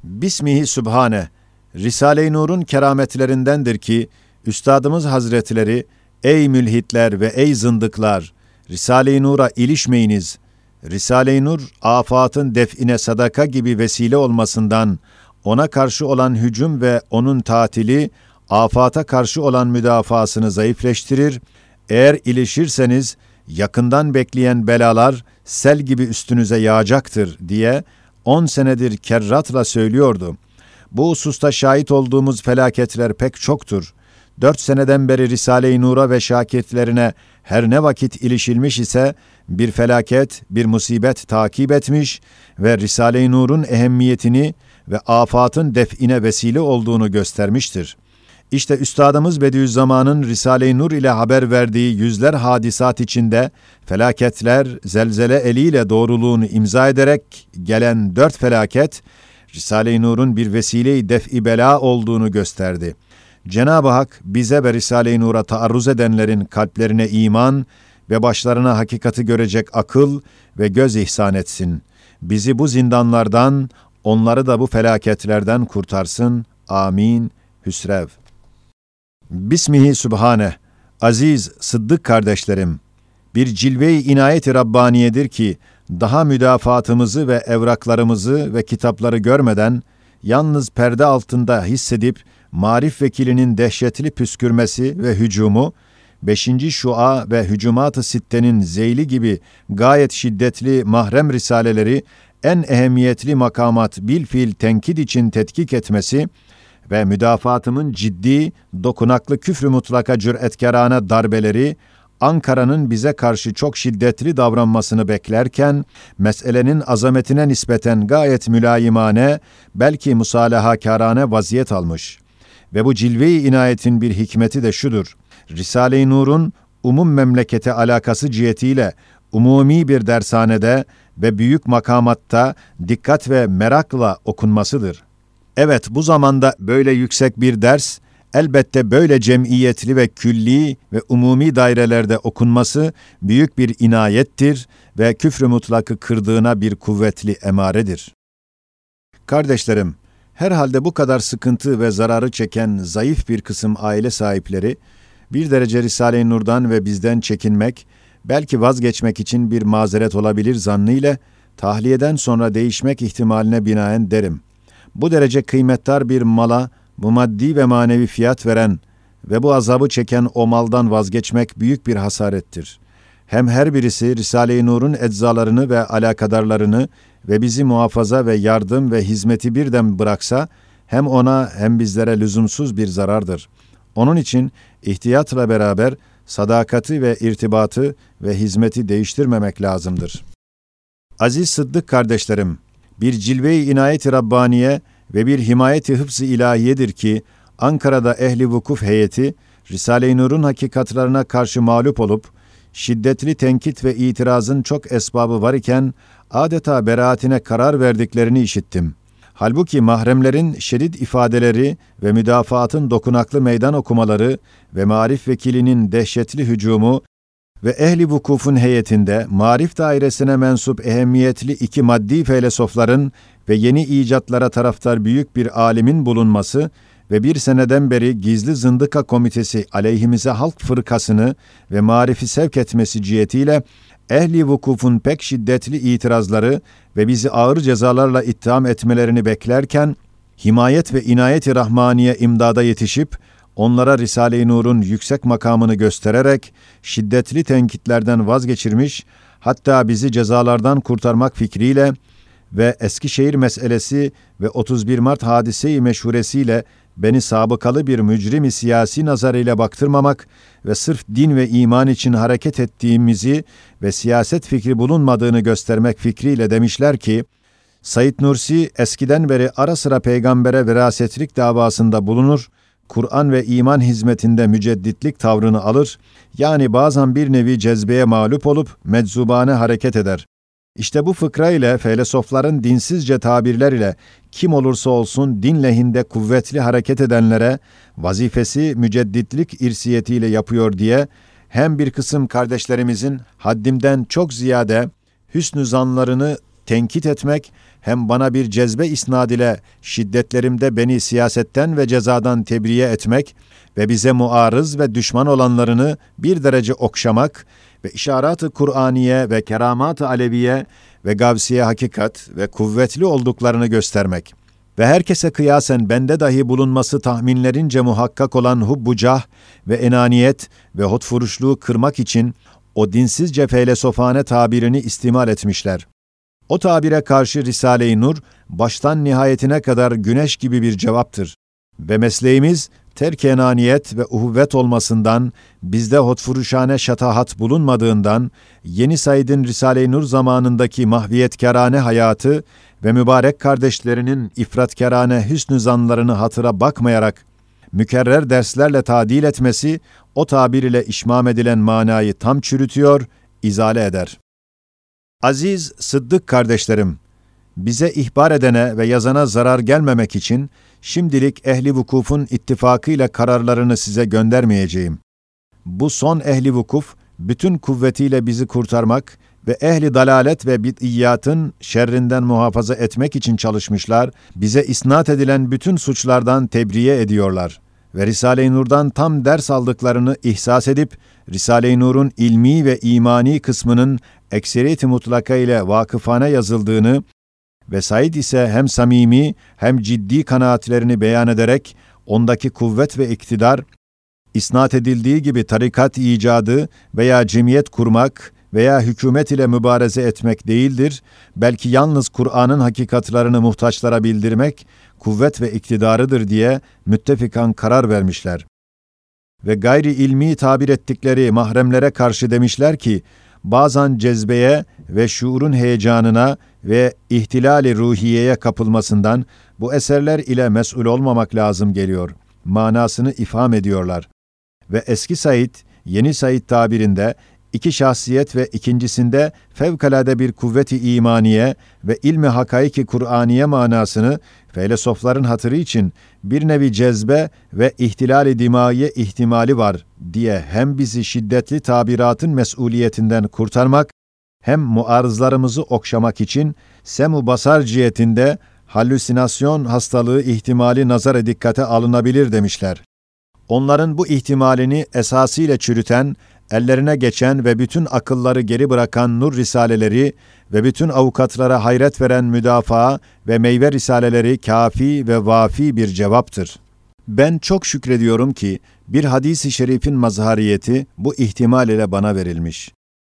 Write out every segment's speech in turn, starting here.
Bismihi Sübhane, Risale-i Nur'un kerametlerindendir ki, Üstadımız Hazretleri, ey mülhitler ve ey zındıklar, Risale-i Nur'a ilişmeyiniz. Risale-i Nur, afatın def'ine sadaka gibi vesile olmasından, ona karşı olan hücum ve onun tatili, afata karşı olan müdafasını zayıfleştirir. Eğer ilişirseniz, yakından bekleyen belalar sel gibi üstünüze yağacaktır diye 10 senedir kerratla söylüyordu. Bu hususta şahit olduğumuz felaketler pek çoktur. 4 seneden beri Risale-i Nur'a ve şakirtlerine her ne vakit ilişilmiş ise bir felaket, bir musibet takip etmiş ve Risale-i Nur'un ehemmiyetini ve afatın def'ine vesile olduğunu göstermiştir. İşte Üstadımız Bediüzzaman'ın Risale-i Nur ile haber verdiği yüzler hadisat içinde felaketler zelzele eliyle doğruluğunu imza ederek gelen 4 felaket, Risale-i Nur'un bir vesile-i def'i bela olduğunu gösterdi. Cenab-ı Hak bize ve Risale-i Nur'a taarruz edenlerin kalplerine iman ve başlarına hakikati görecek akıl ve göz ihsan etsin. Bizi bu zindanlardan, onları da bu felaketlerden kurtarsın. Amin. Hüsrev. Bismihi Sübhane, aziz Sıddık kardeşlerim, bir cilve-i inayet-i Rabbaniyedir ki, daha müdafaatımızı ve evraklarımızı ve kitapları görmeden, yalnız perde altında hissedip, marif vekilinin dehşetli püskürmesi ve hücumu, 5. Şua ve Hücumat-ı Sitte'nin zeyli gibi gayet şiddetli mahrem risaleleri, en ehemmiyetli makamat bilfiil tenkit için tetkik etmesi ve müdafaatımın ciddi, dokunaklı küfrü mutlaka cüretkarane darbeleri, Ankara'nın bize karşı çok şiddetli davranmasını beklerken, meselenin azametine nispeten gayet mülayimane, belki musalahakârane vaziyet almış. Ve bu cilve-i inayetin bir hikmeti de şudur: Risale-i Nur'un umum memlekete alakası cihetiyle umumi bir dershanede ve büyük makamatta dikkat ve merakla okunmasıdır. Evet, bu zamanda böyle yüksek bir ders, elbette böyle cemiyetli ve külli ve umumi dairelerde okunması büyük bir inayettir ve küfr-ü mutlakı kırdığına bir kuvvetli emaredir. Kardeşlerim, herhalde bu kadar sıkıntı ve zararı çeken zayıf bir kısım aile sahipleri, bir derece Risale-i Nur'dan ve bizden çekinmek, belki vazgeçmek için bir mazeret olabilir zannıyla, tahliyeden sonra değişmek ihtimaline binaen derim. Bu derece kıymetdar bir mala, bu maddi ve manevi fiyat veren ve bu azabı çeken o maldan vazgeçmek büyük bir hasarettir. Hem her birisi Risale-i Nur'un eczalarını ve alakadarlarını ve bizi muhafaza ve yardım ve hizmeti birden bıraksa, hem ona hem bizlere lüzumsuz bir zarardır. Onun için ihtiyatla beraber sadakati ve irtibatı ve hizmeti değiştirmemek lazımdır. Aziz Sıddık kardeşlerim, bir cilve-i inayet-i Rabbaniye ve bir himayet-i hıfz-ı ilahiyedir ki, Ankara'da ehli vukuf heyeti, Risale-i Nur'un hakikatlarına karşı mağlup olup, şiddetli tenkit ve itirazın çok esbabı var iken, adeta beraatine karar verdiklerini işittim. Halbuki mahremlerin şedid ifadeleri ve müdafaatın dokunaklı meydan okumaları ve marif vekilinin dehşetli hücumu ve ehli vukufun heyetinde marif dairesine mensup ehemmiyetli 2 maddi felsefeler'in ve yeni icatlara taraftar büyük bir alimin bulunması ve 1 seneden beri gizli zındıka komitesi aleyhimize halk fırkasını ve marifi sevk etmesi cihetiyle ehli vukufun pek şiddetli itirazları ve bizi ağır cezalarla ittiham etmelerini beklerken, himayet ve inayet-i rahmaniye imdada yetişip, onlara Risale-i Nur'un yüksek makamını göstererek, şiddetli tenkitlerden vazgeçirmiş, hatta bizi cezalardan kurtarmak fikriyle ve Eskişehir meselesi ve 31 Mart hadise-i meşhuresiyle beni sabıkalı bir mücrim-i siyasi nazarıyla baktırmamak ve sırf din ve iman için hareket ettiğimizi ve siyaset fikri bulunmadığını göstermek fikriyle demişler ki, Said Nursi eskiden beri ara sıra peygambere verasetlik davasında bulunur, Kur'an ve iman hizmetinde mücedditlik tavrını alır, yani bazen bir nevi cezbeye mağlup olup meczubane hareket eder. İşte bu fıkra ile felsefeler'in dinsizce tabirler ile kim olursa olsun din lehinde kuvvetli hareket edenlere vazifesi mücedditlik irsiyetiyle yapıyor diye hem bir kısım kardeşlerimizin haddimden çok ziyade hüsnü zanlarını tenkit etmek hem bana bir cezbe isnad ile şiddetlerimde beni siyasetten ve cezadan tebriye etmek ve bize muarız ve düşman olanlarını bir derece okşamak ve işaret-ı Kur'aniye ve keramat-ı aleviye ve gavsiye hakikat ve kuvvetli olduklarını göstermek ve herkese kıyasen bende dahi bulunması tahminlerince muhakkak olan hubbucah ve enaniyet ve hotfuruşluğu kırmak için o dinsizce feylesofane tabirini istimal etmişler. O tabire karşı Risale-i Nur, baştan nihayetine kadar güneş gibi bir cevaptır. Ve mesleğimiz, terk enaniyet ve uhuvvet olmasından, bizde hotfuruşane şatahat bulunmadığından, Yeni Said'in Risale-i Nur zamanındaki mahviyetkârane hayatı ve mübarek kardeşlerinin ifratkârane hüsnü zanlarını hatıra bakmayarak, mükerrer derslerle tadil etmesi, o tabir ile işmam edilen manayı tam çürütüyor, izale eder. Aziz Sıddık kardeşlerim, bize ihbar edene ve yazana zarar gelmemek için, şimdilik ehli vukufun ittifakıyla kararlarını size göndermeyeceğim. Bu son ehli vukuf, bütün kuvvetiyle bizi kurtarmak ve ehli dalalet ve bid'iyyatın şerrinden muhafaza etmek için çalışmışlar, bize isnat edilen bütün suçlardan tebriye ediyorlar. Ve Risale-i Nur'dan tam ders aldıklarını ihsas edip, Risale-i Nur'un ilmi ve imani kısmının ekseriyeti mutlaka ile vakıfane yazıldığını ve Said ise hem samimi hem ciddi kanaatlerini beyan ederek ondaki kuvvet ve iktidar, isnat edildiği gibi tarikat icadı veya cemiyet kurmak veya hükümet ile mübareze etmek değildir, belki yalnız Kur'an'ın hakikatlarını muhtaçlara bildirmek, kuvvet ve iktidarıdır diye müttefikan karar vermişler. Ve gayri ilmi tabir ettikleri mahremlere karşı demişler ki, bazen cezbeye ve şuurun heyecanına ve ihtilal-i ruhiyeye kapılmasından bu eserler ile mesul olmamak lazım geliyor. Manasını ifham ediyorlar. Ve eski Said, yeni Said tabirinde iki şahsiyet ve ikincisinde fevkalade bir kuvvet-i imaniye ve ilmi hakaiki Kur'aniye manasını feylesofların hatırı için bir nevi cezbe ve ihtilal-i dimaiye ihtimali var diye hem bizi şiddetli tabiratın mesuliyetinden kurtarmak, hem muarızlarımızı okşamak için sem-u basar cihetinde halüsinasyon hastalığı ihtimali nazara dikkate alınabilir demişler. Onların bu ihtimalini esasıyla çürüten, ellerine geçen ve bütün akılları geri bırakan nur risaleleri ve bütün avukatlara hayret veren müdafaa ve meyve risaleleri kafi ve vafi bir cevaptır. Ben çok şükrediyorum ki bir hadis-i şerifin mazhariyeti bu ihtimal ile bana verilmiş.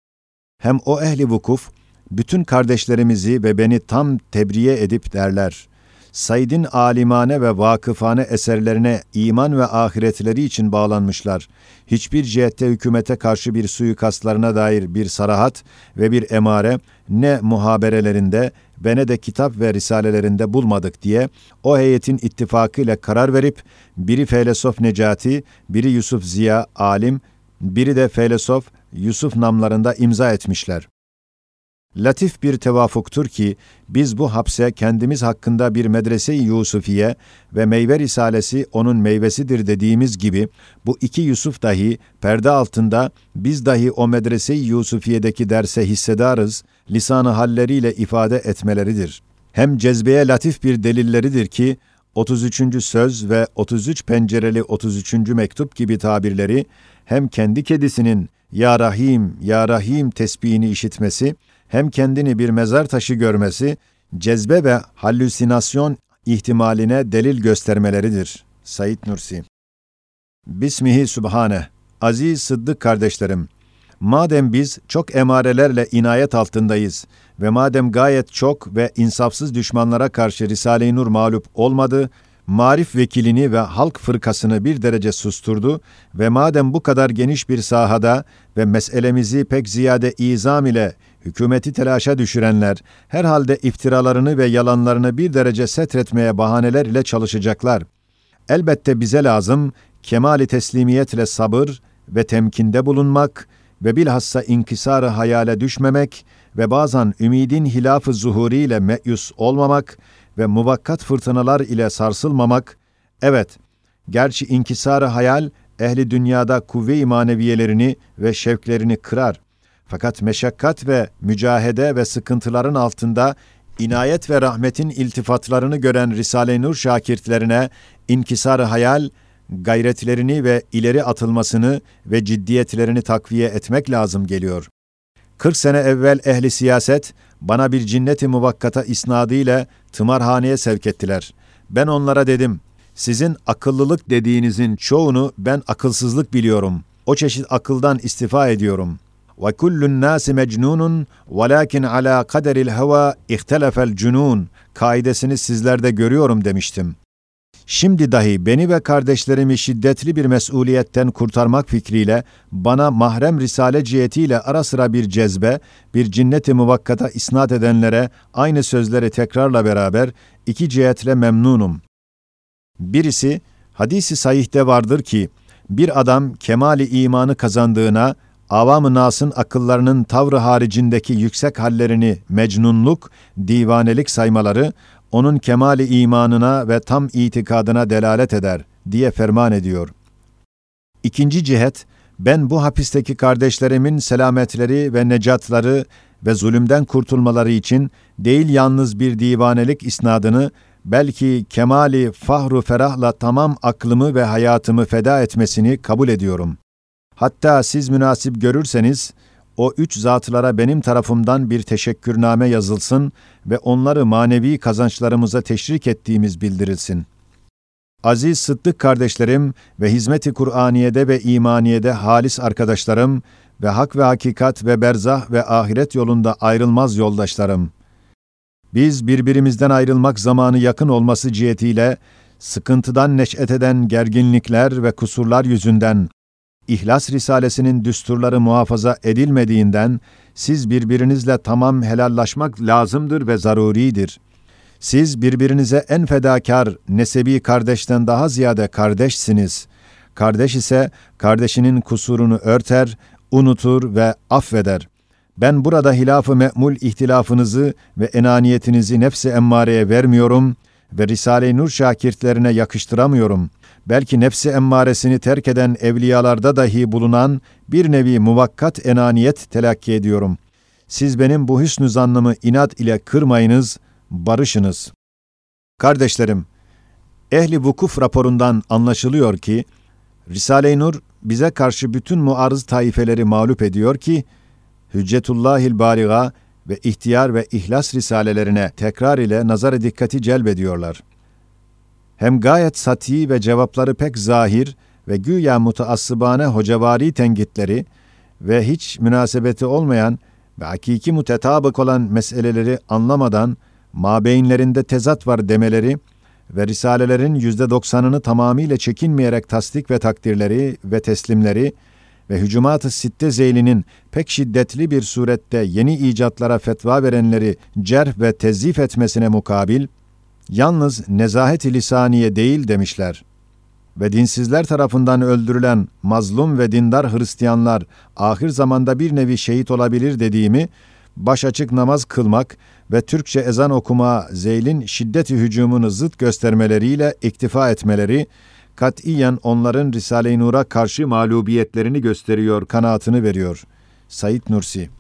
Hem o ehli vukuf, bütün kardeşlerimizi ve beni tam tebriye edip derler. Said'in alimane ve vakıfane eserlerine iman ve ahiretleri için bağlanmışlar. Hiçbir cihette hükümete karşı bir suikastlarına dair bir sarahat ve bir emare ne muhaberelerinde ve ne de kitap ve risalelerinde bulmadık diye o heyetin ittifakıyla karar verip biri feylesof Necati, biri Yusuf Ziya alim, biri de feylesof Yusuf namlarında imza etmişler. Latif bir tevafuktur ki, biz bu hapse kendimiz hakkında bir medrese-i Yusufiye ve meyve risalesi onun meyvesidir dediğimiz gibi, bu iki Yusuf dahi perde altında biz dahi o medrese-i Yusufiye'deki derse hissedarız, lisan-ı halleriyle ifade etmeleridir. Hem cezbeye latif bir delilleridir ki, 33. söz ve 33 pencereli 33. mektup gibi tabirleri, hem kendi kedisinin Ya Rahim, Ya Rahim tesbihini işitmesi, hem kendini bir mezar taşı görmesi, cezbe ve halüsinasyon ihtimaline delil göstermeleridir. Said Nursi. Bismihi Sübhaneh. Aziz Sıddık kardeşlerim, madem biz çok emarelerle inayet altındayız ve madem gayet çok ve insafsız düşmanlara karşı Risale-i Nur mağlup olmadı, marif vekilini ve halk fırkasını bir derece susturdu ve madem bu kadar geniş bir sahada ve meselemizi pek ziyade izam ile hükümeti telaşa düşürenler, herhalde iftiralarını ve yalanlarını bir derece setretmeye bahaneler ile çalışacaklar. Elbette bize lazım, kemali teslimiyetle sabır ve temkinde bulunmak ve bilhassa inkisar-ı hayale düşmemek ve bazen ümidin hilaf-ı zuhuriyle meyus olmamak ve muvakkat fırtınalar ile sarsılmamak, evet, gerçi inkisar-ı hayal, ehli dünyada kuvve-i maneviyelerini ve şevklerini kırar. Fakat meşakkat ve mücahede ve sıkıntıların altında inayet ve rahmetin iltifatlarını gören Risale-i Nur şakirtlerine inkisar-ı hayal, gayretlerini ve ileri atılmasını ve ciddiyetlerini takviye etmek lazım geliyor. 40 sene evvel ehli siyaset bana bir cinnet-i muvakkata isnadıyla tımarhaneye sevk ettiler. Ben onlara dedim, sizin akıllılık dediğinizin çoğunu ben akılsızlık biliyorum. O çeşit akıldan istifa ediyorum. وَكُلُّ النَّاسِ مَجْنُونٌ وَلَاكِنْ عَلَى قَدَرِ الْهَوَى اِخْتَلَفَ الْجُنُونَ kaidesini sizlerde görüyorum demiştim. Şimdi dahi beni ve kardeşlerimi şiddetli bir mesuliyetten kurtarmak fikriyle bana mahrem risale cihetiyle ara sıra bir cezbe, bir cinnet-i muvakkata isnat edenlere aynı sözleri tekrarla beraber iki cihetle memnunum. Birisi, hadisi sahihte vardır ki, bir adam kemali imanı kazandığına, avam-ı nasın akıllarının tavrı haricindeki yüksek hallerini mecnunluk, divanelik saymaları, onun kemali imanına ve tam itikadına delalet eder diye ferman ediyor. İkinci cihet, ben bu hapisteki kardeşlerimin selametleri ve necatları ve zulümden kurtulmaları için değil yalnız bir divanelik isnadını, belki kemali fahru ferahla tamam aklımı ve hayatımı feda etmesini kabul ediyorum. Hatta siz münasip görürseniz, o üç zatlara benim tarafımdan bir teşekkürname yazılsın ve onları manevi kazançlarımıza teşrik ettiğimiz bildirilsin. Aziz Sıddık kardeşlerim ve hizmet-i Kur'aniye'de ve imaniyede halis arkadaşlarım ve hak ve hakikat ve berzah ve ahiret yolunda ayrılmaz yoldaşlarım. Biz birbirimizden ayrılmak zamanı yakın olması cihetiyle, sıkıntıdan neş'et eden gerginlikler ve kusurlar yüzünden, İhlas Risalesi'nin düsturları muhafaza edilmediğinden, siz birbirinizle tamam helallaşmak lazımdır ve zaruridir. Siz birbirinize en fedakar, nesebi kardeşten daha ziyade kardeşsiniz. Kardeş ise kardeşinin kusurunu örter, unutur ve affeder. Ben burada hilaf-ı me'mul ihtilafınızı ve enaniyetinizi nefs-i emmareye vermiyorum ve Risale-i Nur şakirtlerine yakıştıramıyorum. Belki nefs-i emmaresini terk eden evliyalarda dahi bulunan bir nevi muvakkat enaniyet telakki ediyorum. Siz benim bu hüsnü zannımı inat ile kırmayınız, barışınız. Kardeşlerim, ehli vukuf raporundan anlaşılıyor ki, Risale-i Nur bize karşı bütün muarız taifeleri mağlup ediyor ki, Hüccetullahil Baliga ve İhtiyar ve İhlas risalelerine tekrar ile nazar-ı dikkati celbediyorlar. Hem gayet sati ve cevapları pek zahir ve güya mutaassıbane hocavari tenkitleri ve hiç münasebeti olmayan ve hakiki mutetabık olan meseleleri anlamadan mabeyinlerinde tezat var demeleri ve risalelerin %90'ını tamamıyla çekinmeyerek tasdik ve takdirleri ve teslimleri ve hücumat-ı sitte zeylinin pek şiddetli bir surette yeni icatlara fetva verenleri cerh ve tezif etmesine mukabil, yalnız nezahet-i lisaniye değil demişler. Ve dinsizler tarafından öldürülen mazlum ve dindar Hristiyanlar ahir zamanda bir nevi şehit olabilir dediğimi, başaçık namaz kılmak ve Türkçe ezan okuma zeylin şiddeti hücumunu zıt göstermeleriyle iktifa etmeleri, katiyen onların Risale-i Nur'a karşı mağlubiyetlerini gösteriyor, kanaatını veriyor. Said Nursi.